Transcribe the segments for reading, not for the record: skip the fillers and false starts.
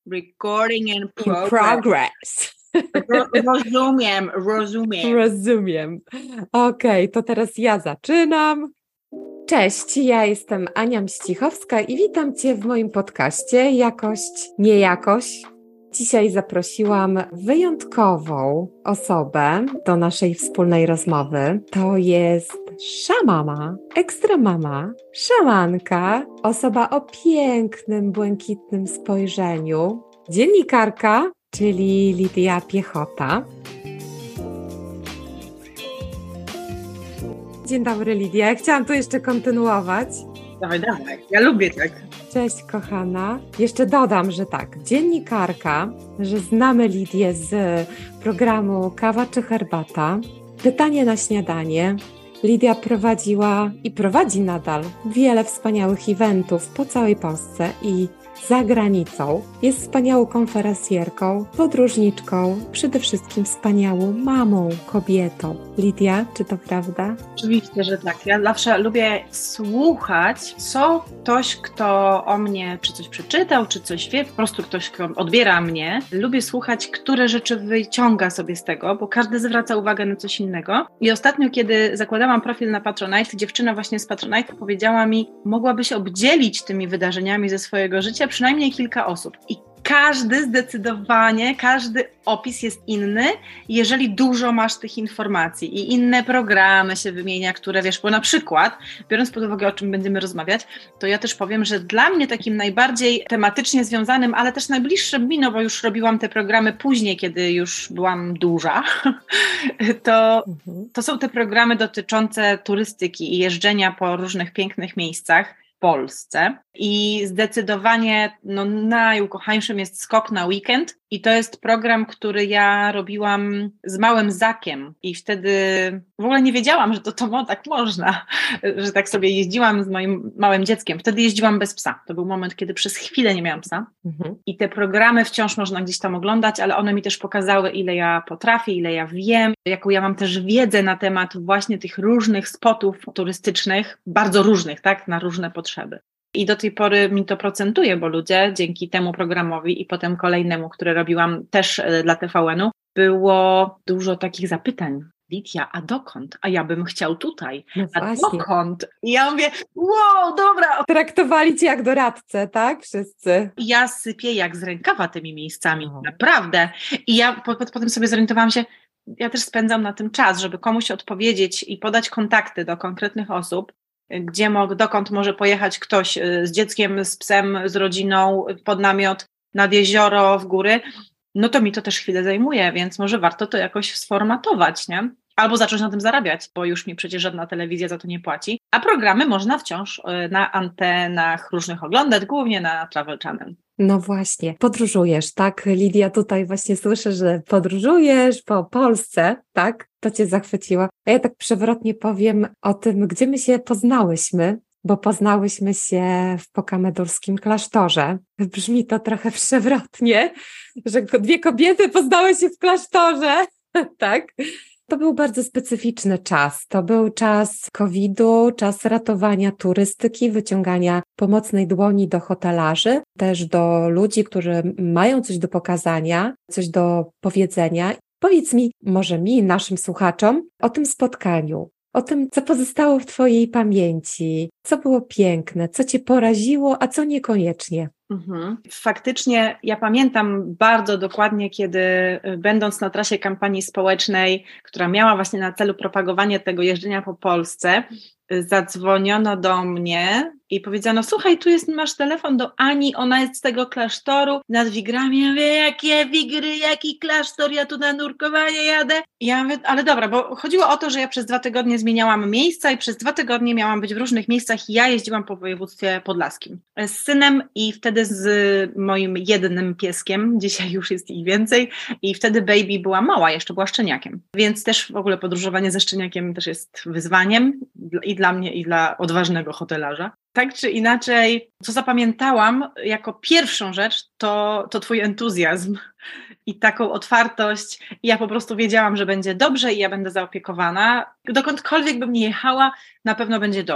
Recording in In progress. Rozumiem. Okej, to teraz ja zaczynam. Cześć, ja jestem Ania Mścichowska i witam Cię w moim podcaście Jakość, Niejakość. Dzisiaj zaprosiłam wyjątkową osobę do naszej wspólnej rozmowy. To jest szamama, ekstramama, szamanka, osoba o pięknym, błękitnym spojrzeniu, dziennikarka, czyli Lidia Piechota. Dzień dobry, Lidia. Ja chciałam tu jeszcze kontynuować. Dawaj, ja lubię tak. Cześć, kochana. Jeszcze dodam, że tak, dziennikarka, że znamy Lidię z programu Kawa czy Herbata, Pytanie na śniadanie. Lidia prowadziła i prowadzi nadal wiele wspaniałych eventów po całej Polsce i za granicą. Jest wspaniałą konferencjerką, podróżniczką, przede wszystkim wspaniałą mamą, kobietą. Lidia, czy to prawda? Oczywiście, że tak. Ja zawsze lubię słuchać, co ktoś, kto o mnie czy coś przeczytał, czy coś wie, po prostu ktoś, kto odbiera mnie. Lubię słuchać, które rzeczy wyciąga sobie z tego, bo każdy zwraca uwagę na coś innego. I ostatnio, kiedy zakładałam profil na Patronite, dziewczyna właśnie z Patronite powiedziała mi, mogłabyś obdzielić tymi wydarzeniami ze swojego życia przynajmniej kilka osób. I każdy opis jest inny, jeżeli dużo masz tych informacji i inne programy się wymienia, które wiesz, bo na przykład, biorąc pod uwagę, o czym będziemy rozmawiać, to ja też powiem, że dla mnie takim najbardziej tematycznie związanym, ale też najbliższym mi, no bo już robiłam te programy później, kiedy już byłam duża, to są te programy dotyczące turystyki i jeżdżenia po różnych pięknych miejscach w Polsce i zdecydowanie najukochańszym jest Skok na weekend i to jest program, który ja robiłam z małym Zakiem i wtedy w ogóle nie wiedziałam, że to tak można, że tak sobie jeździłam z moim małym dzieckiem. Wtedy jeździłam bez psa. To był moment, kiedy przez chwilę nie miałam psa i te programy wciąż można gdzieś tam oglądać, ale one mi też pokazały, ile ja potrafię, ile ja wiem, jaką ja mam też wiedzę na temat właśnie tych różnych spotów turystycznych, bardzo różnych, tak, na różne potrzeby. I do tej pory mi to procentuje, bo ludzie dzięki temu programowi i potem kolejnemu, który robiłam też dla TVN-u, było dużo takich zapytań. Lidia, a dokąd? A ja bym chciał tutaj. No a dokąd? I ja mówię, wow, dobra. Traktowali Cię jak doradcę, tak? Wszyscy. Ja sypię jak z rękawa tymi miejscami, naprawdę. I ja potem sobie zorientowałam się, ja też spędzam na tym czas, żeby komuś odpowiedzieć i podać kontakty do konkretnych osób, dokąd może pojechać ktoś z dzieckiem, z psem, z rodziną, pod namiot, nad jezioro, w góry, no to mi to też chwilę zajmuje, więc może warto to jakoś sformatować, nie? Albo zacząć na tym zarabiać, bo już mi przecież żadna telewizja za to nie płaci, a programy można wciąż na antenach różnych oglądać, głównie na Travel Channel. No właśnie, podróżujesz, tak? Lidia, tutaj właśnie słyszę, że podróżujesz po Polsce, tak? To Cię zachwyciło. A ja tak przewrotnie powiem o tym, gdzie my się poznałyśmy, bo poznałyśmy się w pokamedurskim klasztorze. Brzmi to trochę przewrotnie, że dwie kobiety poznały się w klasztorze, tak? To był bardzo specyficzny czas. To był czas COVID-u, czas ratowania turystyki, wyciągania pomocnej dłoni do hotelarzy, też do ludzi, którzy mają coś do pokazania, coś do powiedzenia. Powiedz mi, może mi, naszym słuchaczom, o tym spotkaniu, o tym, co pozostało w Twojej pamięci, co było piękne, co Cię poraziło, a co niekoniecznie. Faktycznie ja pamiętam bardzo dokładnie, kiedy będąc na trasie kampanii społecznej, która miała właśnie na celu propagowanie tego jeżdżenia po Polsce, zadzwoniono do mnie i powiedziano, słuchaj, masz telefon do Ani, ona jest z tego klasztoru nad Wigrami. Ja mówię, jakie Wigry, jaki klasztor, ja tu na nurkowanie jadę. I ja mówię, ale dobra, bo chodziło o to, że ja przez 2 tygodnie zmieniałam miejsca i przez 2 tygodnie miałam być w różnych miejscach i ja jeździłam po województwie podlaskim z synem i wtedy z moim jednym pieskiem, dzisiaj już jest ich więcej i wtedy baby była mała, jeszcze była szczeniakiem, więc też w ogóle podróżowanie ze szczeniakiem też jest wyzwaniem i dla mnie, i dla odważnego hotelarza. Tak czy inaczej, co zapamiętałam jako pierwszą rzecz, to Twój entuzjazm i taką otwartość. I ja po prostu wiedziałam, że będzie dobrze i ja będę zaopiekowana. Dokądkolwiek bym nie jechała, na pewno będzie dobrze.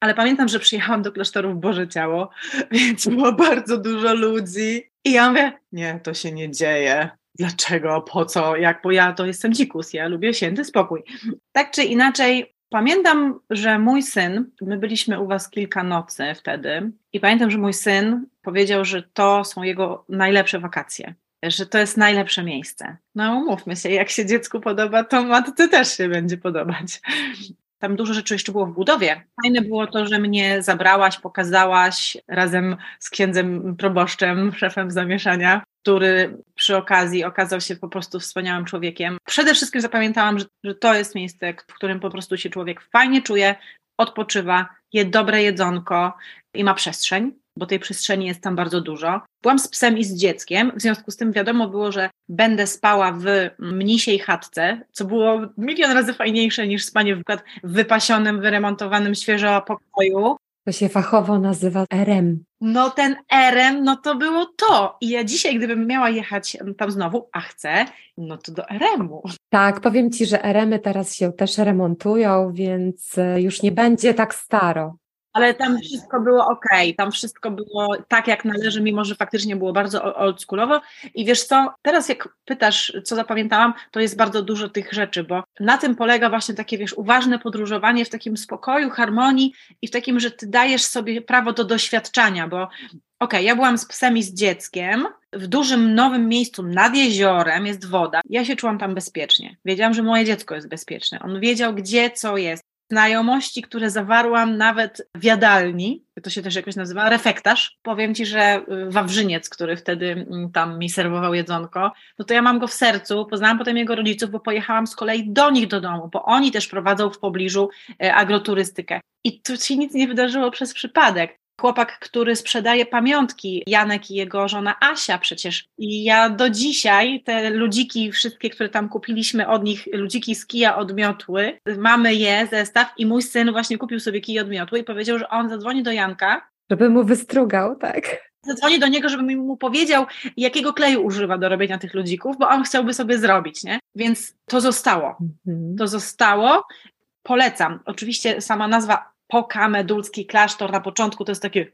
ale pamiętam, że przyjechałam do klasztoru w Boże Ciało, więc było bardzo dużo ludzi i ja mówię, nie, to się nie dzieje. Dlaczego? Po co? Jak? Bo ja to jestem dzikus, ja lubię święty spokój. Tak czy inaczej, pamiętam, że mój syn, my byliśmy u was kilka nocy wtedy i pamiętam, że mój syn powiedział, że to są jego najlepsze wakacje, że to jest najlepsze miejsce. No umówmy się, jak się dziecku podoba, to matce też się będzie podobać. Tam dużo rzeczy jeszcze było w budowie. Fajne było to, że mnie zabrałaś, pokazałaś razem z księdzem proboszczem, szefem zamieszania, który przy okazji okazał się po prostu wspaniałym człowiekiem. Przede wszystkim zapamiętałam, że to jest miejsce, w którym po prostu się człowiek fajnie czuje, odpoczywa, je dobre jedzonko i ma przestrzeń, bo tej przestrzeni jest tam bardzo dużo. Byłam z psem i z dzieckiem, w związku z tym wiadomo było, że będę spała w mnisiej chatce, co było milion razy fajniejsze niż spanie w wypasionym, wyremontowanym świeżo pokoju. To się fachowo nazywa RM. No ten RM, no to było to. I ja dzisiaj, gdybym miała jechać tam znowu, a chcę, no to do RM-u. Tak, powiem Ci, że RM-y teraz się też remontują, więc już nie będzie tak staro. Ale tam wszystko było okej, tam wszystko było tak jak należy, mimo że faktycznie było bardzo oldschoolowo. I wiesz co, teraz jak pytasz, co zapamiętałam, to jest bardzo dużo tych rzeczy, bo na tym polega właśnie takie, wiesz, uważne podróżowanie w takim spokoju, harmonii i w takim, że ty dajesz sobie prawo do doświadczania, bo ja byłam z psem i z dzieckiem w dużym, nowym miejscu nad jeziorem, jest woda. Ja się czułam tam bezpiecznie. Wiedziałam, że moje dziecko jest bezpieczne. On wiedział, gdzie co jest. Znajomości, które zawarłam nawet w jadalni, to się też jakoś nazywa, refektarz. Powiem Ci, że Wawrzyniec, który wtedy tam mi serwował jedzonko, no to ja mam go w sercu, poznałam potem jego rodziców, bo pojechałam z kolei do nich do domu, bo oni też prowadzą w pobliżu agroturystykę. I tu się nic nie wydarzyło przez przypadek. Chłopak, który sprzedaje pamiątki, Janek i jego żona Asia przecież. I ja do dzisiaj te ludziki wszystkie, które tam kupiliśmy od nich, ludziki z kija odmiotły, mamy je, zestaw i mój syn właśnie kupił sobie kij odmiotły i powiedział, że on zadzwoni do Janka. Żeby mu wystrugał, tak? Zadzwoni do niego, żeby mu powiedział, jakiego kleju używa do robienia tych ludzików, bo on chciałby sobie zrobić, nie? Więc to zostało. To zostało. Polecam. Oczywiście sama nazwa Pokamedulski klasztor na początku to jest takie,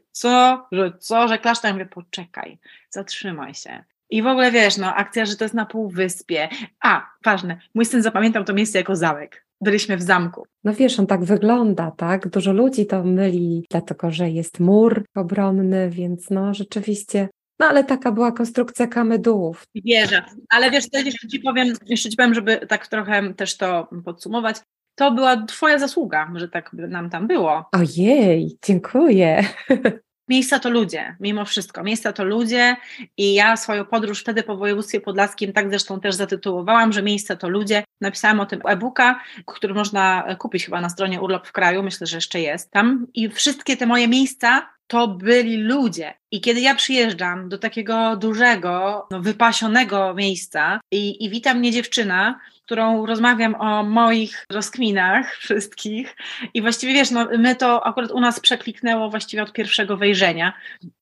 że klasztor? Ja mówię, poczekaj, zatrzymaj się. I w ogóle wiesz, akcja, że to jest na półwyspie. Ważne, mój syn zapamiętał to miejsce jako zamek. Byliśmy w zamku. No wiesz, on tak wygląda, tak? Dużo ludzi to myli, dlatego że jest mur obronny, więc rzeczywiście. No ale taka była konstrukcja kamedułów. Wierzę, ale wiesz, to jeszcze ci powiem, żeby tak trochę też to podsumować. To była twoja zasługa, że tak nam tam było. Ojej, dziękuję. Miejsca to ludzie, mimo wszystko. Miejsca to ludzie i ja swoją podróż wtedy po województwie podlaskim tak zresztą też zatytułowałam, że miejsca to ludzie. Napisałam o tym e-booka, który można kupić chyba na stronie Urlop w Kraju, myślę, że jeszcze jest tam. I wszystkie te moje miejsca to byli ludzie. I kiedy ja przyjeżdżam do takiego dużego, wypasionego miejsca i wita mnie dziewczyna, którą rozmawiam o moich rozkminach wszystkich i właściwie wiesz, my to akurat u nas przekliknęło właściwie od pierwszego wejrzenia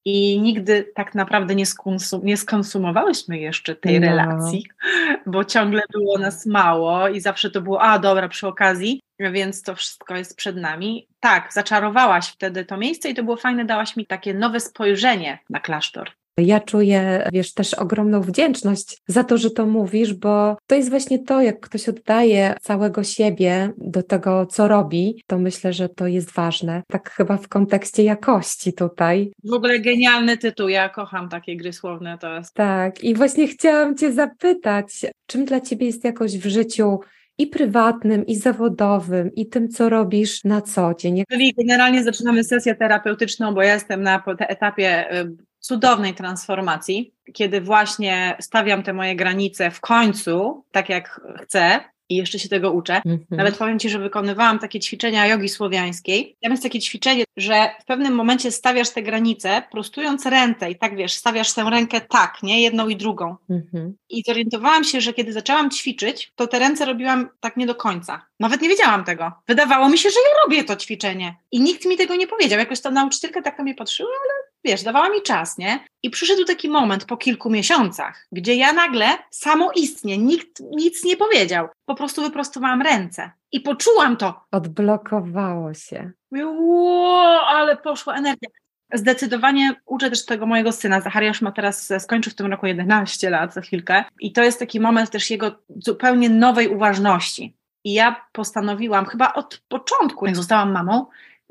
i nigdy tak naprawdę nie skonsumowałyśmy jeszcze tej relacji, bo ciągle było nas mało i zawsze to było, dobra, przy okazji, więc to wszystko jest przed nami. Tak, zaczarowałaś wtedy to miejsce i to było fajne, dałaś mi takie nowe spojrzenie na klasztor. Ja czuję, wiesz, też ogromną wdzięczność za to, że to mówisz, bo to jest właśnie to, jak ktoś oddaje całego siebie do tego, co robi, to myślę, że to jest ważne. Tak chyba w kontekście jakości tutaj. W ogóle genialny tytuł, ja kocham takie gry słowne. To jest. Tak, i właśnie chciałam Cię zapytać, czym dla Ciebie jest jakość w życiu i prywatnym, i zawodowym, i tym, co robisz na co dzień? Czyli generalnie zaczynamy sesję terapeutyczną, bo ja jestem na etapie cudownej transformacji, kiedy właśnie stawiam te moje granice w końcu, tak jak chcę i jeszcze się tego uczę. Nawet powiem Ci, że wykonywałam takie ćwiczenia jogi słowiańskiej. Tam jest takie ćwiczenie, że w pewnym momencie stawiasz te granice, prostując ręce i tak wiesz, stawiasz tę rękę tak, nie? Jedną i drugą. I zorientowałam się, że kiedy zaczęłam ćwiczyć, to te ręce robiłam tak nie do końca. Nawet nie wiedziałam tego. Wydawało mi się, że ja robię to ćwiczenie. I nikt mi tego nie powiedział. Jakoś ta nauczycielka tak na mnie patrzyła, ale wiesz, dawała mi czas, nie? I przyszedł taki moment po kilku miesiącach, gdzie ja nagle samoistnie, nikt nic nie powiedział. Po prostu wyprostowałam ręce i poczułam to. Odblokowało się. Mówię, ło, ale poszła energia. Zdecydowanie uczę też tego mojego syna. Zachariasz ma teraz, skończy w tym roku 11 lat, za chwilkę. I to jest taki moment też jego zupełnie nowej uważności. I ja postanowiłam, chyba od początku, jak zostałam mamą,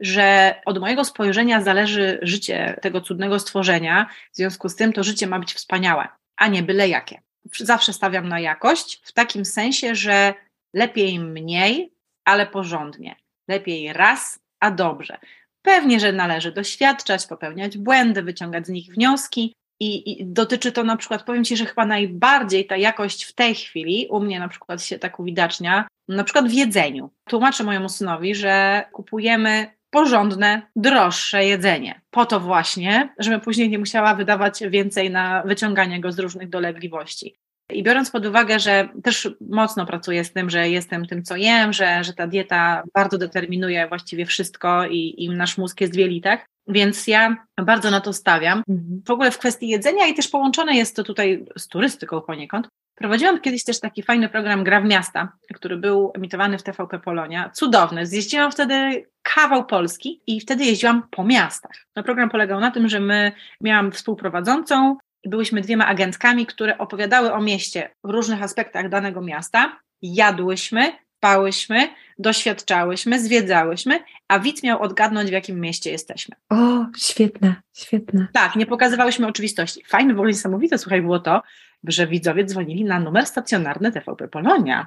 że od mojego spojrzenia zależy życie tego cudnego stworzenia. W związku z tym to życie ma być wspaniałe, a nie byle jakie. Zawsze stawiam na jakość, w takim sensie, że lepiej mniej, ale porządnie. Lepiej raz, a dobrze. Pewnie, że należy doświadczać, popełniać błędy, wyciągać z nich wnioski i dotyczy to na przykład, powiem Ci, że chyba najbardziej ta jakość w tej chwili u mnie na przykład się tak uwidacznia, na przykład w jedzeniu. Tłumaczę mojemu synowi, że kupujemy porządne, droższe jedzenie. Po to właśnie, żebym później nie musiała wydawać więcej na wyciąganie go z różnych dolegliwości. I biorąc pod uwagę, że też mocno pracuję z tym, że jestem tym, co jem, że ta dieta bardzo determinuje właściwie wszystko i nasz mózg jest w jelitach, więc ja bardzo na to stawiam. W ogóle w kwestii jedzenia i też połączone jest to tutaj z turystyką poniekąd. Prowadziłam kiedyś też taki fajny program Gra w miasta, który był emitowany w TVP Polonia. Cudowny. Zjeździłam wtedy kawał Polski i wtedy jeździłam po miastach. No, program polegał na tym, że miałam współprowadzącą i byłyśmy 2 agentkami, które opowiadały o mieście w różnych aspektach danego miasta. Jadłyśmy, spałyśmy, doświadczałyśmy, zwiedzałyśmy, a widz miał odgadnąć, w jakim mieście jesteśmy. O, świetne, świetne. Tak, nie pokazywałyśmy oczywistości. Fajne, w ogóle niesamowite, słuchaj, było to, że widzowie dzwonili na numer stacjonarny TVP Polonia.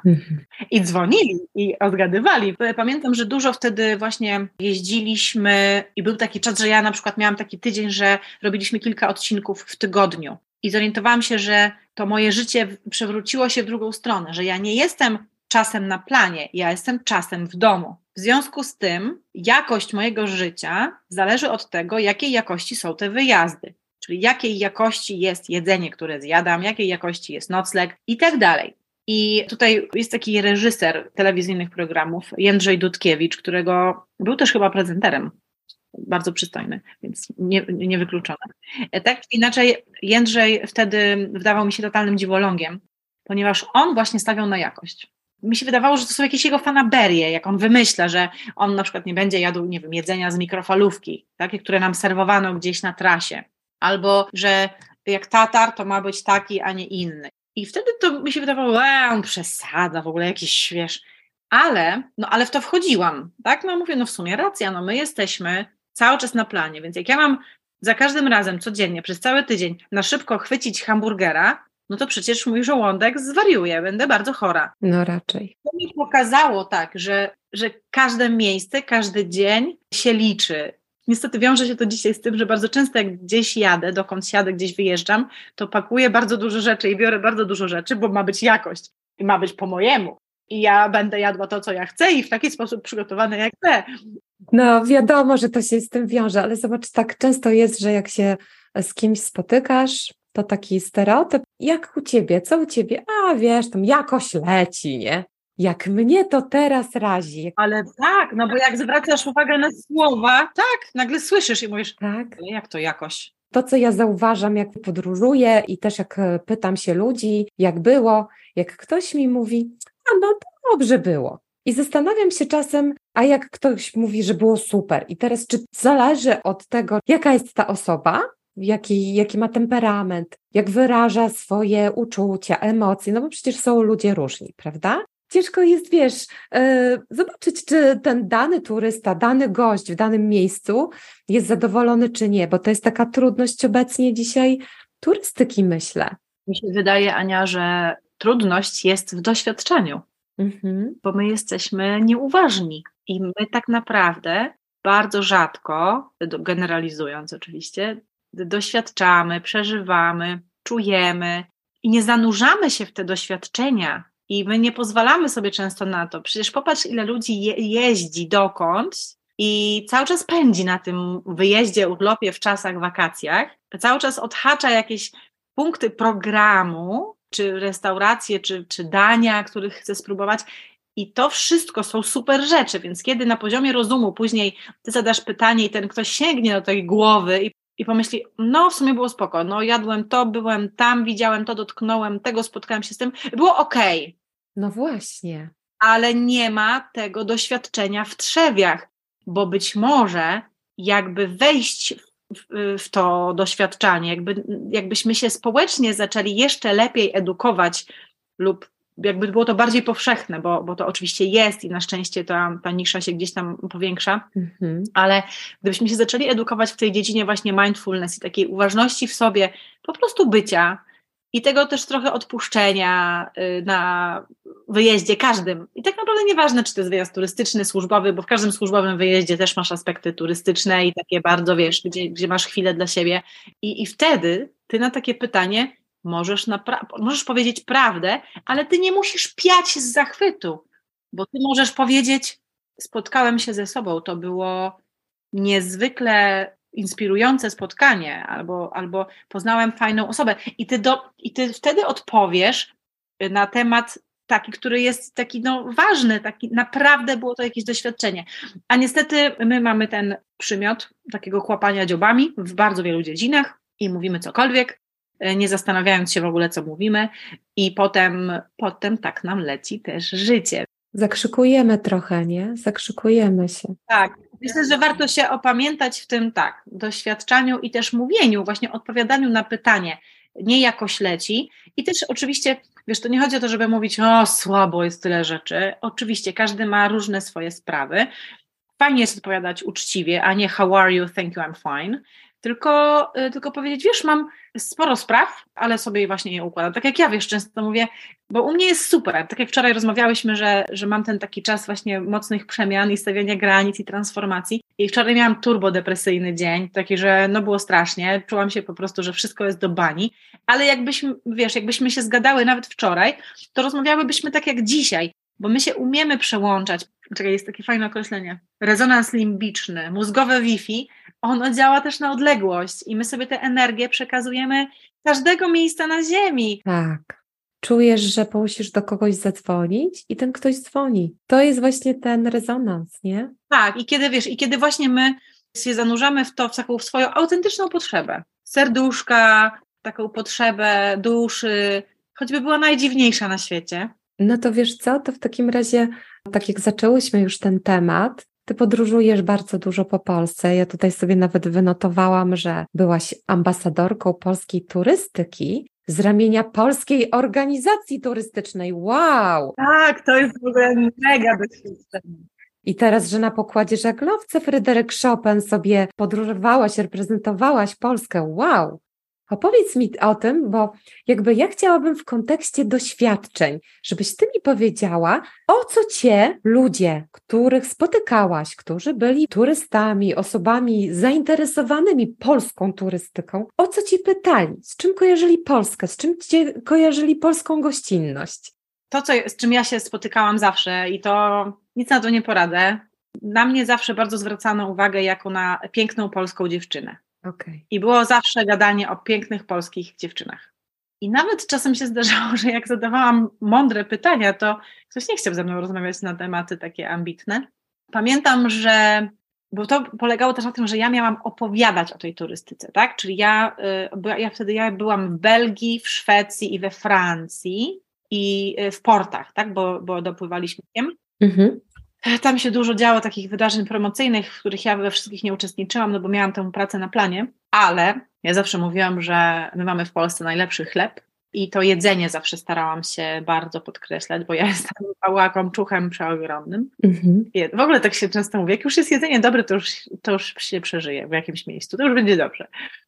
I dzwonili i odgadywali. Pamiętam, że dużo wtedy właśnie jeździliśmy i był taki czas, że ja na przykład miałam taki tydzień, że robiliśmy kilka odcinków w tygodniu. I zorientowałam się, że to moje życie przewróciło się w drugą stronę, że ja nie jestem czasem na planie, ja jestem czasem w domu. W związku z tym jakość mojego życia zależy od tego, jakiej jakości są te wyjazdy. Czyli jakiej jakości jest jedzenie, które zjadam, jakiej jakości jest nocleg i tak dalej. I tutaj jest taki reżyser telewizyjnych programów, Jędrzej Dudkiewicz, którego był też chyba prezenterem, bardzo przystojny, więc niewykluczone. Tak czy inaczej, Jędrzej wtedy wydawał mi się totalnym dziwolągiem, ponieważ on właśnie stawiał na jakość. Mi się wydawało, że to są jakieś jego fanaberie, jak on wymyśla, że on na przykład nie będzie jadł, nie wiem, jedzenia z mikrofalówki, takie, które nam serwowano gdzieś na trasie. Albo, że jak tatar, to ma być taki, a nie inny. I wtedy to mi się wydawało, on przesadza, w ogóle jakiś, wiesz, ale w to wchodziłam, tak? No mówię, no w sumie racja, no my jesteśmy cały czas na planie, więc jak ja mam za każdym razem, codziennie, przez cały tydzień na szybko chwycić hamburgera, no to przecież mój żołądek zwariuje, będę bardzo chora. No raczej. To mi pokazało tak, że każde miejsce, każdy dzień się liczy. Niestety wiąże się to dzisiaj z tym, że bardzo często jak gdzieś jadę, dokąd jadę, gdzieś wyjeżdżam, to pakuję bardzo dużo rzeczy i biorę bardzo dużo rzeczy, bo ma być jakość i ma być po mojemu. I ja będę jadła to, co ja chcę i w taki sposób przygotowane, jak chcę. No wiadomo, że to się z tym wiąże, ale zobacz, tak często jest, że jak się z kimś spotykasz, to taki stereotyp, jak u ciebie, co u ciebie? A wiesz, tam jakoś leci, nie? Jak mnie to teraz razi. Ale tak, no bo jak zwracasz uwagę na słowa, tak, nagle słyszysz i mówisz, tak, ale jak to jakoś? To, co ja zauważam, jak podróżuję i też jak pytam się ludzi, jak było, jak ktoś mi mówi, a no dobrze było. I zastanawiam się czasem, a jak ktoś mówi, że było super. I teraz czy zależy od tego, jaka jest ta osoba, jaki ma temperament, jak wyraża swoje uczucia, emocje, no bo przecież są ludzie różni, prawda? Ciężko jest, wiesz, zobaczyć, czy ten dany turysta, dany gość w danym miejscu jest zadowolony, czy nie, bo to jest taka trudność obecnie dzisiaj turystyki, myślę. Mi się wydaje, Ania, że trudność jest w doświadczeniu, bo my jesteśmy nieuważni i my tak naprawdę bardzo rzadko, generalizując oczywiście, doświadczamy, przeżywamy, czujemy i nie zanurzamy się w te doświadczenia. I my nie pozwalamy sobie często na to. Przecież popatrz, ile ludzi jeździ dokądś i cały czas pędzi na tym wyjeździe, urlopie, w czasach, wakacjach. Cały czas odhacza jakieś punkty programu, czy restauracje, czy dania, których chce spróbować. I to wszystko są super rzeczy, więc kiedy na poziomie rozumu później ty zadasz pytanie i ten ktoś sięgnie do tej głowy i pomyśli, no w sumie było spoko, no jadłem to, byłem tam, widziałem to, dotknąłem tego, spotkałem się z tym, było okej. No właśnie. Ale nie ma tego doświadczenia w trzewiach. bo być może jakby wejść w to doświadczanie, jakbyśmy się społecznie zaczęli jeszcze lepiej edukować lub jakby było to bardziej powszechne, bo to oczywiście jest i na szczęście ta nisza się gdzieś tam powiększa, ale gdybyśmy się zaczęli edukować w tej dziedzinie właśnie mindfulness i takiej uważności w sobie, po prostu bycia i tego też trochę odpuszczenia na wyjeździe każdym. I tak naprawdę nieważne, czy to jest wyjazd turystyczny, służbowy, bo w każdym służbowym wyjeździe też masz aspekty turystyczne i takie bardzo, wiesz, gdzie masz chwilę dla siebie. I wtedy ty na takie pytanie możesz powiedzieć prawdę, ale ty nie musisz piać z zachwytu, bo ty możesz powiedzieć, spotkałem się ze sobą, to było niezwykle inspirujące spotkanie, albo poznałem fajną osobę i ty wtedy odpowiesz na temat taki, który jest taki ważny, taki naprawdę było to jakieś doświadczenie. A niestety my mamy ten przymiot takiego chłapania dziobami w bardzo wielu dziedzinach i mówimy cokolwiek, nie zastanawiając się w ogóle, co mówimy i potem tak nam leci też życie. Zakrzykujemy trochę, nie? Zakrzykujemy się. Tak. Myślę, że warto się opamiętać w tym doświadczaniu i też mówieniu, właśnie odpowiadaniu na pytanie, nie jakoś leci. I też oczywiście, wiesz, to nie chodzi o to, żeby mówić, słabo jest tyle rzeczy. Oczywiście, każdy ma różne swoje sprawy. Fajnie jest odpowiadać uczciwie, a nie how are you, thank you, I'm fine. Tylko powiedzieć, wiesz, mam sporo spraw, ale sobie właśnie je układam. Tak jak ja, wiesz, często mówię, bo u mnie jest super. Tak jak wczoraj rozmawiałyśmy, że mam ten taki czas właśnie mocnych przemian i stawiania granic i transformacji. I wczoraj miałam turbodepresyjny dzień, taki, że było strasznie. Czułam się po prostu, że wszystko jest do bani. Ale jakbyśmy się zgadały nawet wczoraj, to rozmawiałybyśmy tak jak dzisiaj, bo my się umiemy przełączać. Czekaj, jest takie fajne określenie. Rezonans limbiczny, mózgowe Wi-Fi, ono działa też na odległość i my sobie tę energię przekazujemy każdego miejsca na ziemi. Tak. Czujesz, że musisz do kogoś zadzwonić i ten ktoś dzwoni. To jest właśnie ten rezonans, nie? Tak, i kiedy właśnie my się zanurzamy w taką swoją autentyczną potrzebę, serduszka, taką potrzebę duszy, choćby była najdziwniejsza na świecie. No to wiesz co, to w takim razie, tak jak zaczęłyśmy już ten temat, ty podróżujesz bardzo dużo po Polsce. Ja tutaj sobie nawet wynotowałam, że byłaś ambasadorką polskiej turystyki z ramienia Polskiej Organizacji Turystycznej. Wow! Tak, to jest w ogóle mega doświadczenie. I teraz, że na pokładzie żaglowce Fryderyk Chopin sobie podróżowałaś, reprezentowałaś Polskę. Wow! Opowiedz mi o tym, bo jakby ja chciałabym w kontekście doświadczeń, żebyś ty mi powiedziała, o co cię ludzie, których spotykałaś, którzy byli turystami, osobami zainteresowanymi polską turystyką, o co ci pytali, z czym kojarzyli Polskę, z czym cię kojarzyli polską gościnność? Z czym ja się spotykałam zawsze i to nic na to nie poradzę, na mnie zawsze bardzo zwracano uwagę jako na piękną polską dziewczynę. Okay. I było zawsze gadanie o pięknych polskich dziewczynach. I nawet czasem się zdarzało, że jak zadawałam mądre pytania, to ktoś nie chciał ze mną rozmawiać na tematy takie ambitne. Pamiętam, bo to polegało też na tym, że ja miałam opowiadać o tej turystyce, tak? Czyli ja byłam w Belgii, w Szwecji i we Francji i w portach, tak? Bo dopływaliśmy tam. Tam się dużo działo takich wydarzeń promocyjnych, w których ja we wszystkich nie uczestniczyłam, bo miałam tę pracę na planie, ale ja zawsze mówiłam, że my mamy w Polsce najlepszy chleb i to jedzenie zawsze starałam się bardzo podkreślać, bo ja jestem łakomczuchem przeogromnym. W ogóle tak się często mówi, jak już jest jedzenie dobre, to już się przeżyje w jakimś miejscu, to już będzie dobrze.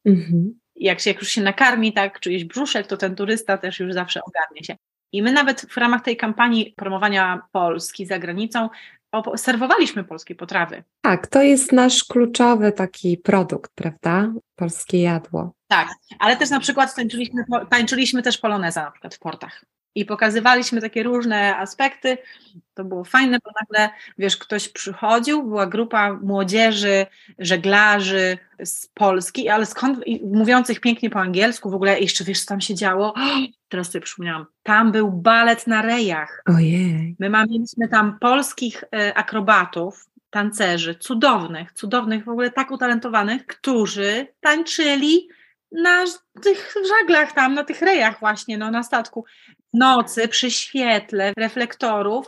Jak już się nakarmi, tak, czyjś brzuszek, to ten turysta też już zawsze ogarnie się. I my nawet w ramach tej kampanii promowania Polski za granicą serwowaliśmy polskie potrawy. Tak, to jest nasz kluczowy taki produkt, prawda? Polskie jadło. Tak, ale też na przykład tańczyliśmy też poloneza na przykład w portach. I pokazywaliśmy takie różne aspekty. To było fajne, bo nagle, wiesz, ktoś przychodził, była grupa młodzieży, żeglarzy z Polski, ale mówiących pięknie po angielsku, w ogóle jeszcze, wiesz, co tam się działo? Teraz sobie przypomniałam. Tam był balet na rejach. Ojej. Mieliśmy tam polskich akrobatów, tancerzy, cudownych, w ogóle tak utalentowanych, którzy tańczyli na tych żaglach tam, na tych rejach właśnie, na statku. W nocy, przy świetle reflektorów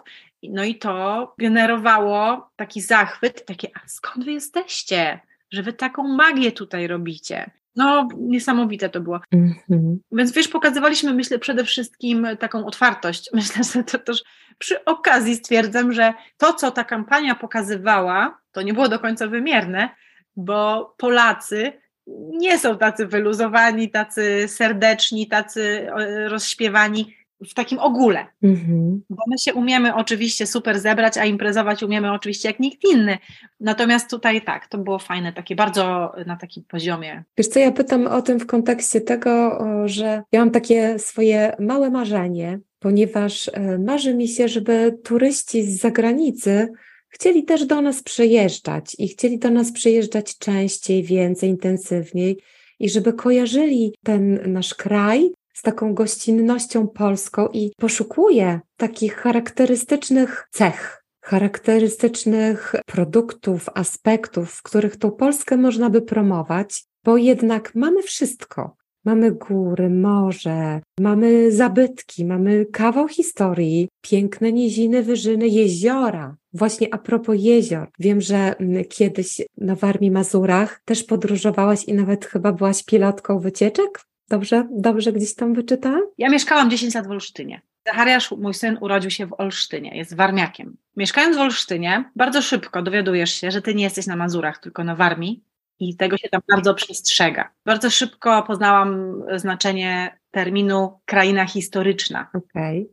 No i to generowało taki zachwyt, takie, a skąd wy jesteście, że wy taką magię tutaj robicie? No, niesamowite to było. Więc wiesz, pokazywaliśmy, myślę, przede wszystkim taką otwartość. Myślę, że to też przy okazji stwierdzam, że to, co ta kampania pokazywała, to nie było do końca wymierne, bo Polacy nie są tacy wyluzowani, tacy serdeczni, tacy rozśpiewani w takim ogóle. Bo my się umiemy oczywiście super zebrać, a imprezować umiemy oczywiście jak nikt inny. Natomiast tutaj tak, to było fajne, takie bardzo na takim poziomie. Wiesz co, ja pytam o tym w kontekście tego, że ja mam takie swoje małe marzenie, ponieważ marzy mi się, żeby turyści z zagranicy chcieli też do nas przyjeżdżać i chcieli do nas przyjeżdżać częściej, więcej, intensywniej i żeby kojarzyli ten nasz kraj z taką gościnnością polską i poszukuję takich charakterystycznych cech, charakterystycznych produktów, aspektów, w których tą Polskę można by promować, bo jednak mamy wszystko. Mamy góry, morze, mamy zabytki, mamy kawał historii, piękne niziny, wyżyny, jeziora. Właśnie a propos jezior, wiem, że kiedyś na Warmii Mazurach też podróżowałaś i nawet chyba byłaś pilotką wycieczek? Dobrze gdzieś tam wyczytałam? Ja mieszkałam 10 lat w Olsztynie. Zachariasz, mój syn, urodził się w Olsztynie, jest warmiakiem. Mieszkając w Olsztynie, bardzo szybko dowiadujesz się, że ty nie jesteś na Mazurach, tylko na Warmii i tego się tam bardzo przestrzega. Bardzo szybko poznałam znaczenie terminu kraina historyczna. Okej.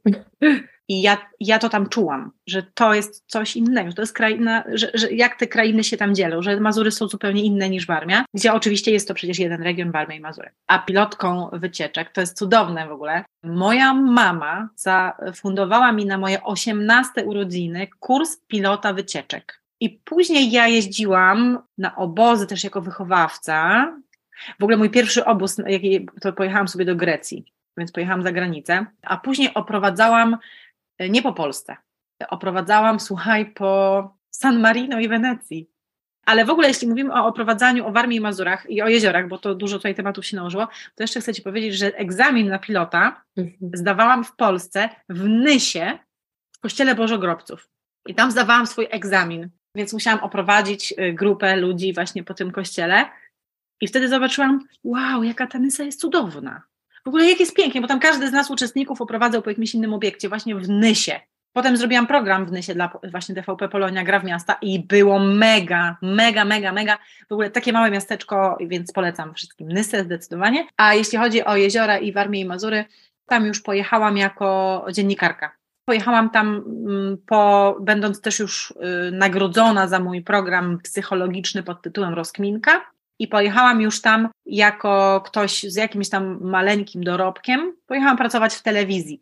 I ja to tam czułam, że to jest coś innego, że to jest kraina, że jak te krainy się tam dzielą, że Mazury są zupełnie inne niż Warmia, gdzie oczywiście jest to przecież jeden region, Warmia i Mazury. A pilotką wycieczek, to jest cudowne w ogóle, moja mama zafundowała mi na moje 18 urodziny kurs pilota wycieczek. I później ja jeździłam na obozy też jako wychowawca. W ogóle mój pierwszy obóz, to pojechałam sobie do Grecji, więc pojechałam za granicę, a później oprowadzałam nie po Polsce, oprowadzałam, słuchaj, po San Marino i Wenecji. Ale w ogóle jeśli mówimy o oprowadzaniu, o Warmii i Mazurach i o jeziorach, bo to dużo tutaj tematów się nałożyło, to jeszcze chcę Ci powiedzieć, że egzamin na pilota zdawałam w Polsce, w Nysie, w Kościele Bożogrobców. I tam zdawałam swój egzamin, więc musiałam oprowadzić grupę ludzi właśnie po tym kościele. I wtedy zobaczyłam, wow, jaka ta Nysa jest cudowna. W ogóle jak jest pięknie, bo tam każdy z nas uczestników oprowadzał po jakimś innym obiekcie, właśnie w Nysie. Potem zrobiłam program w Nysie dla właśnie TVP Polonia Gra w Miasta i było mega. W ogóle takie małe miasteczko, więc polecam wszystkim Nysę zdecydowanie. A jeśli chodzi o jeziora i Warmię i Mazury, tam już pojechałam jako dziennikarka. Pojechałam tam, będąc też już nagrodzona za mój program psychologiczny pod tytułem Rozkminka. I pojechałam już tam jako ktoś z jakimś tam maleńkim dorobkiem. Pojechałam pracować w telewizji,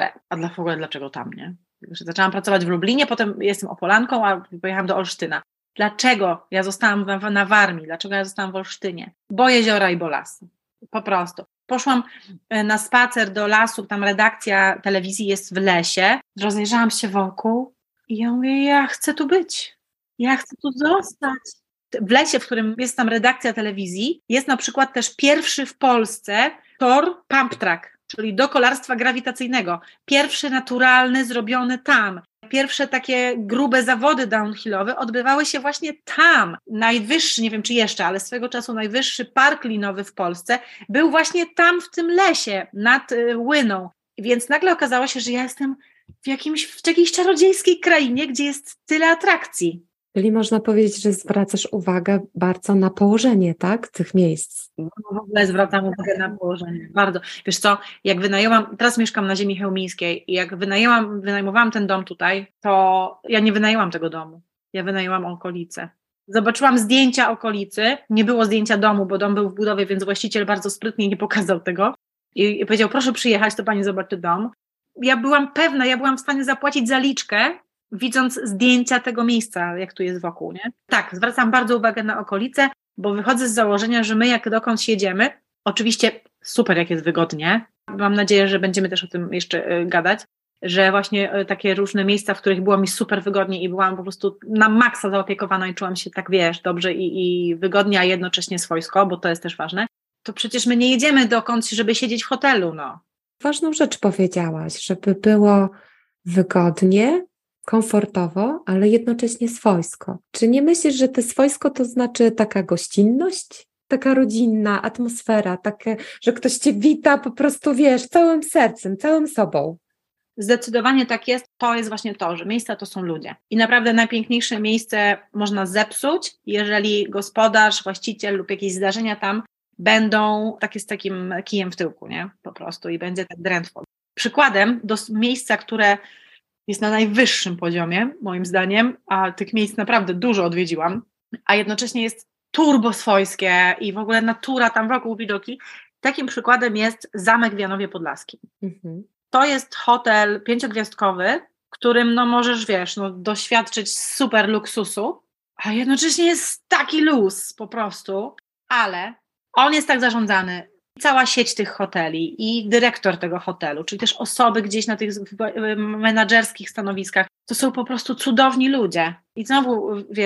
w ogóle dlaczego tam, nie? Zaczęłam pracować w Lublinie, potem jestem Opolanką, a pojechałam do Olsztyna. Dlaczego ja zostałam na Warmii? Dlaczego ja zostałam w Olsztynie? Bo jeziora i bo lasy. Po prostu. Poszłam na spacer do lasu, tam redakcja telewizji jest w lesie. Rozejrzałam się wokół i ja mówię, ja chcę tu być. Ja chcę tu zostać. W lesie, w którym jest tam redakcja telewizji, jest na przykład też pierwszy w Polsce tor pump track, czyli do kolarstwa grawitacyjnego. Pierwszy naturalny zrobiony tam. Pierwsze takie grube zawody downhillowe odbywały się właśnie tam. Najwyższy, nie wiem czy jeszcze, ale swego czasu najwyższy park linowy w Polsce był właśnie tam w tym lesie, nad Łyną. Więc nagle okazało się, że ja jestem w jakiejś czarodziejskiej krainie, gdzie jest tyle atrakcji. Czyli można powiedzieć, że zwracasz uwagę bardzo na położenie, tak, tych miejsc. No, w ogóle zwracam uwagę na położenie, bardzo. Wiesz co, jak teraz mieszkam na ziemi chełmińskiej i jak wynajmowałam ten dom tutaj, to ja nie wynajęłam tego domu, ja wynajęłam okolice. Zobaczyłam zdjęcia okolicy, nie było zdjęcia domu, bo dom był w budowie, więc właściciel bardzo sprytnie nie pokazał tego i powiedział, proszę przyjechać, to pani zobaczy dom. Ja byłam pewna, ja byłam w stanie zapłacić zaliczkę, widząc zdjęcia tego miejsca, jak tu jest wokół, nie? Tak, zwracam bardzo uwagę na okolice, bo wychodzę z założenia, że my jak dokądś jedziemy, oczywiście super jak jest wygodnie, mam nadzieję, że będziemy też o tym jeszcze gadać, że właśnie takie różne miejsca, w których było mi super wygodnie i byłam po prostu na maksa zaopiekowana i czułam się tak, dobrze i wygodnie, a jednocześnie swojsko, bo to jest też ważne, to przecież my nie jedziemy dokądś, żeby siedzieć w hotelu, no. Ważną rzecz powiedziałaś, żeby było wygodnie, komfortowo, ale jednocześnie swojsko. Czy nie myślisz, że to swojsko to znaczy taka gościnność? Taka rodzinna atmosfera, takie, że ktoś cię wita po prostu, wiesz, całym sercem, całym sobą. Zdecydowanie tak jest. To jest właśnie to, że miejsca to są ludzie. I naprawdę najpiękniejsze miejsce można zepsuć, jeżeli gospodarz, właściciel lub jakieś zdarzenia tam będą takie z takim kijem w tyłku, nie? Po prostu i będzie tak drętwo. Przykładem do miejsca, które jest na najwyższym poziomie, moim zdaniem, a tych miejsc naprawdę dużo odwiedziłam, a jednocześnie jest turbo swojskie i w ogóle natura tam wokół, widoki. Takim przykładem jest Zamek w Janowie Podlaskim. To jest hotel 5-gwiazdkowy, w którym możesz, doświadczyć super luksusu, a jednocześnie jest taki luz po prostu, ale on jest tak zarządzany, cała sieć tych hoteli i dyrektor tego hotelu, czyli też osoby gdzieś na tych menadżerskich stanowiskach, to są po prostu cudowni ludzie. I znowu,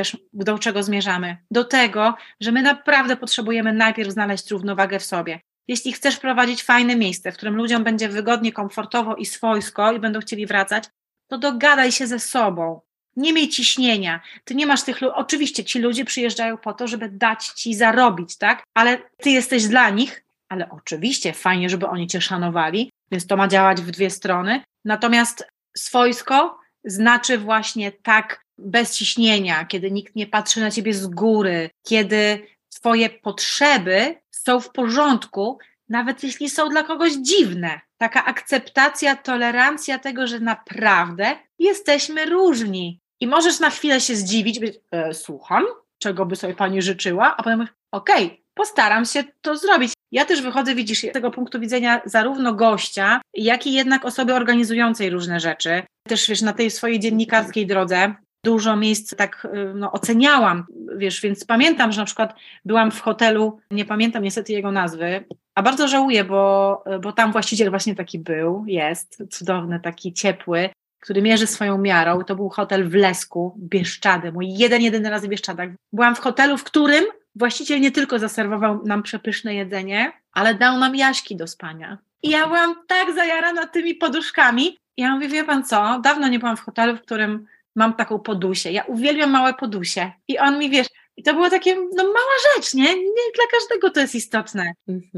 do czego zmierzamy? Do tego, że my naprawdę potrzebujemy najpierw znaleźć równowagę w sobie. Jeśli chcesz prowadzić fajne miejsce, w którym ludziom będzie wygodnie, komfortowo i swojsko i będą chcieli wracać, to dogadaj się ze sobą. Nie miej ciśnienia. Ty nie masz tych ludzi. Oczywiście ci ludzie przyjeżdżają po to, żeby dać ci zarobić, tak? Ale ty jesteś dla nich, ale oczywiście fajnie, żeby oni cię szanowali, więc to ma działać w dwie strony. Natomiast swojsko znaczy właśnie tak bez ciśnienia, kiedy nikt nie patrzy na ciebie z góry, kiedy twoje potrzeby są w porządku, nawet jeśli są dla kogoś dziwne. Taka akceptacja, tolerancja tego, że naprawdę jesteśmy różni. I możesz na chwilę się zdziwić, słucham, czego by sobie pani życzyła, a potem mówisz, okej, postaram się to zrobić. Ja też wychodzę, widzisz, z tego punktu widzenia zarówno gościa, jak i jednak osoby organizującej różne rzeczy. Też, na tej swojej dziennikarskiej drodze dużo miejsc tak oceniałam, więc pamiętam, że na przykład byłam w hotelu, nie pamiętam niestety jego nazwy, a bardzo żałuję, bo tam właściciel właśnie taki jest cudowny, taki ciepły, który mierzy swoją miarą. To był hotel w Lesku, Bieszczady, mój jedyny raz w Bieszczadach. Byłam w hotelu, w którym właściciel nie tylko zaserwował nam przepyszne jedzenie, ale dał nam jaśki do spania. I ja byłam tak zajarana tymi poduszkami. Ja mówię, wie pan co, dawno nie byłam w hotelu, w którym mam taką podusię. Ja uwielbiam małe podusie. I on mi, i to było takie, mała rzecz, nie dla każdego to jest istotne.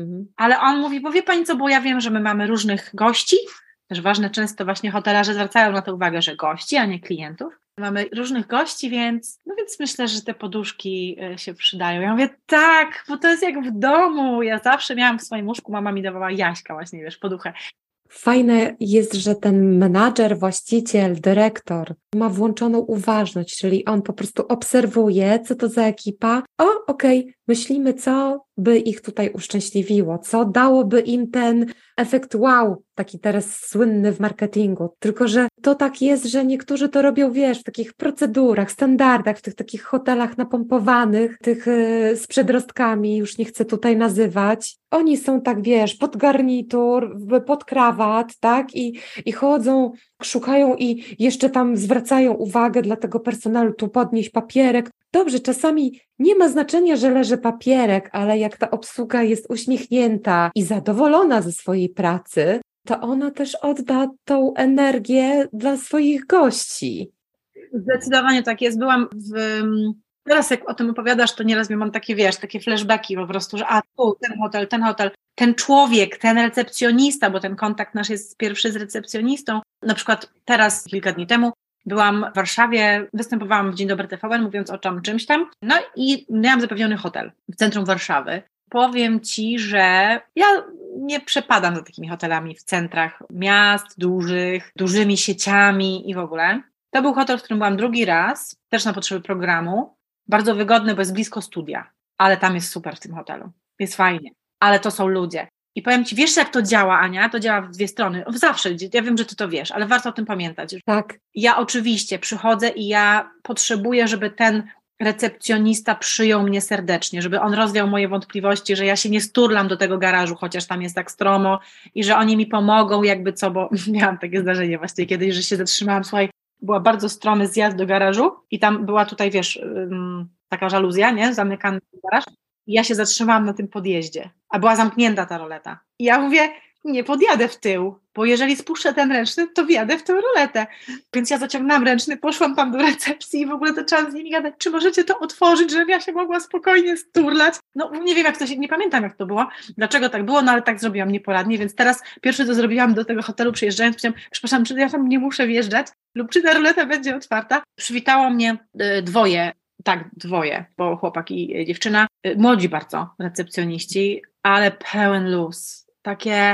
Ale on mówi, bo wie pani co, bo ja wiem, że my mamy różnych gości, też ważne, często właśnie hotelarze zwracają na to uwagę, że gości, a nie klientów. Mamy różnych gości, więc myślę, że te poduszki się przydają. Ja mówię, tak, bo to jest jak w domu. Ja zawsze miałam w swoim łóżku, mama mi dawała jaśka właśnie, poduchę. Fajne jest, że ten menadżer, właściciel, dyrektor ma włączoną uważność, czyli on po prostu obserwuje, co to za ekipa. Okej, myślimy, co by ich tutaj uszczęśliwiło, co dałoby im ten efekt wow, taki teraz słynny w marketingu. Tylko że to tak jest, że niektórzy to robią, w takich procedurach, standardach, w tych takich hotelach napompowanych, tych z przedrostkami, już nie chcę tutaj nazywać. Oni są tak, pod garnitur, pod krawat, tak? I chodzą, szukają i jeszcze tam zwracają uwagę dla tego personelu, tu podnieść papierek. Dobrze, czasami nie ma znaczenia, że leży papierek, ale jak ta obsługa jest uśmiechnięta i zadowolona ze swojej pracy, to ona też odda tą energię dla swoich gości. Zdecydowanie tak jest. Byłam teraz jak o tym opowiadasz, to nieraz mam takie, takie flashbacki po prostu, że tu ten hotel, ten człowiek, ten recepcjonista, bo ten kontakt nasz jest pierwszy z recepcjonistą. Na przykład teraz, kilka dni temu, byłam w Warszawie, występowałam w Dzień Dobry TVN, mówiąc o czymś tam, i miałam zapewniony hotel w centrum Warszawy. Powiem Ci, że ja nie przepadam za takimi hotelami w centrach miast dużych, dużymi sieciami i w ogóle. To był hotel, w którym byłam drugi raz, też na potrzeby programu. Bardzo wygodny, bo jest blisko studia, ale tam jest super w tym hotelu. Jest fajnie, ale to są ludzie. I powiem Ci, wiesz jak to działa, Ania? To działa w dwie strony. Zawsze, ja wiem, że Ty to wiesz, ale warto o tym pamiętać. Tak. Ja oczywiście przychodzę i ja potrzebuję, żeby ten recepcjonista przyjął mnie serdecznie, żeby on rozwiał moje wątpliwości, że ja się nie sturlam do tego garażu, chociaż tam jest tak stromo i że oni mi pomogą bo miałam takie zdarzenie właśnie kiedyś, że się zatrzymałam, słuchaj, była bardzo stromy zjazd do garażu i tam była tutaj, taka żaluzja, nie? Zamykany garaż. I ja się zatrzymałam na tym podjeździe, a była zamknięta ta roleta. I ja mówię, nie podjadę w tył, bo jeżeli spuszczę ten ręczny, to wjadę w tę ruletę. Więc ja zaciągnęłam ręczny, poszłam tam do recepcji i w ogóle zaczęłam z nimi gadać, czy możecie to otworzyć, żebym ja się mogła spokojnie sturlać. No nie wiem, nie pamiętam jak to było, dlaczego tak było, no ale tak zrobiłam nieporadnie, więc teraz pierwsze co zrobiłam do tego hotelu przyjeżdżając, powiedziałam, przepraszam, czy ja tam nie muszę wjeżdżać lub czy ta ruleta będzie otwarta. Przywitało mnie dwoje, bo chłopak i dziewczyna, młodzi bardzo recepcjoniści, ale pełen luz. Takie,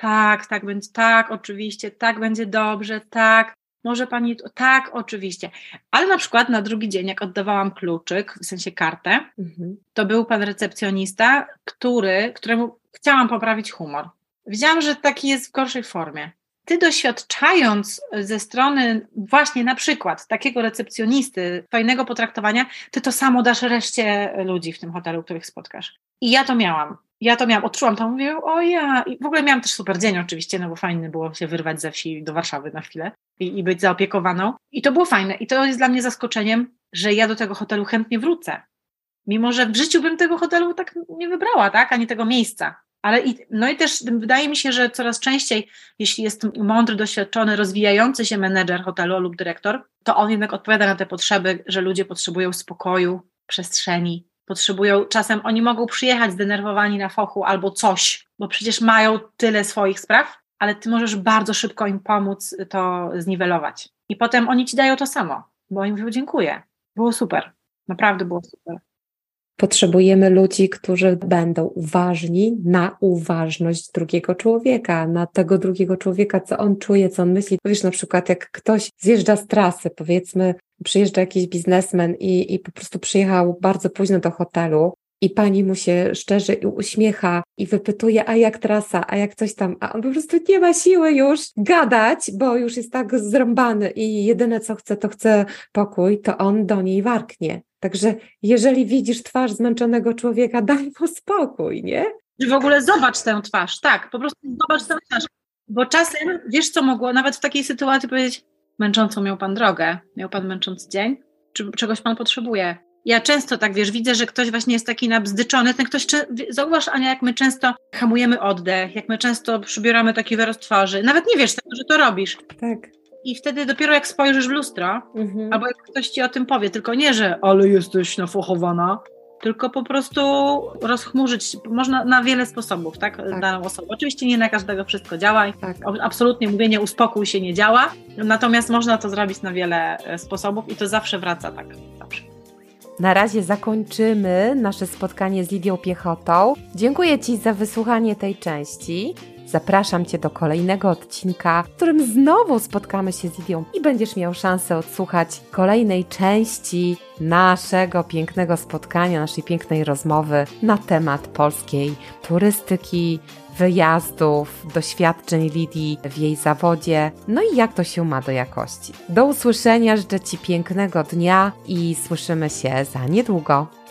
tak będzie, tak, oczywiście, tak będzie dobrze, tak, może pani, tak, oczywiście. Ale na przykład na drugi dzień, jak oddawałam kluczyk, w sensie kartę, to był pan recepcjonista, któremu chciałam poprawić humor. Wiedziałam, że taki jest w gorszej formie. Ty doświadczając ze strony właśnie na przykład takiego recepcjonisty, fajnego potraktowania, ty to samo dasz reszcie ludzi w tym hotelu, których spotkasz. I ja to miałam, odczułam to, mówię, i w ogóle miałam też super dzień oczywiście, no bo fajnie było się wyrwać ze wsi do Warszawy na chwilę i być zaopiekowaną. I to było fajne i to jest dla mnie zaskoczeniem, że ja do tego hotelu chętnie wrócę. Mimo, że w życiu bym tego hotelu tak nie wybrała, tak, ani tego miejsca. Ale i też wydaje mi się, że coraz częściej, jeśli jest mądry, doświadczony, rozwijający się menedżer hotelu lub dyrektor, to on jednak odpowiada na te potrzeby, że ludzie potrzebują spokoju, przestrzeni, czasem oni mogą przyjechać zdenerwowani na fochu albo coś, bo przecież mają tyle swoich spraw, ale ty możesz bardzo szybko im pomóc to zniwelować. I potem oni ci dają to samo, bo oni mówią dziękuję, było super, naprawdę było super. Potrzebujemy ludzi, którzy będą uważni na uważność drugiego człowieka, na tego drugiego człowieka, co on czuje, co on myśli. Wiesz, na przykład jak ktoś zjeżdża z trasy, powiedzmy, przyjeżdża jakiś biznesmen i po prostu przyjechał bardzo późno do hotelu i pani mu się szczerze uśmiecha i wypytuje, a jak trasa, a jak coś tam, a on po prostu nie ma siły już gadać, bo już jest tak zrąbany i jedyne co chce, to chce pokój, to on do niej warknie. Także jeżeli widzisz twarz zmęczonego człowieka, daj mu spokój, nie? W ogóle zobacz tę twarz, tak, po prostu zobacz tę twarz, bo czasem, wiesz co mogło nawet w takiej sytuacji powiedzieć, męczącą miał pan drogę, miał pan męczący dzień, czy czegoś pan potrzebuje? Ja często tak, wiesz, widzę, że ktoś właśnie jest taki nabzdyczony, ten ktoś, zauważ Ania, jak my często hamujemy oddech, jak my często przybieramy taki wyraz twarzy, nawet nie wiesz tego, że to robisz. Tak. I wtedy dopiero jak spojrzysz w lustro, albo jak ktoś ci o tym powie, tylko nie, że ale jesteś nafochowana, tylko po prostu rozchmurzyć, można na wiele sposobów, tak? Daną osobę. Oczywiście nie na każdego wszystko działa, tak. Absolutnie mówienie uspokój się nie działa, natomiast można to zrobić na wiele sposobów i to zawsze wraca, tak, zawsze. Na razie zakończymy nasze spotkanie z Lidią Piechotą. Dziękuję Ci za wysłuchanie tej części. Zapraszam Cię do kolejnego odcinka, w którym znowu spotkamy się z Lidią i będziesz miał szansę odsłuchać kolejnej części naszego pięknego spotkania, naszej pięknej rozmowy na temat polskiej turystyki, wyjazdów, doświadczeń Lidii w jej zawodzie, no i jak to się ma do jakości. Do usłyszenia, życzę Ci pięknego dnia i słyszymy się za niedługo.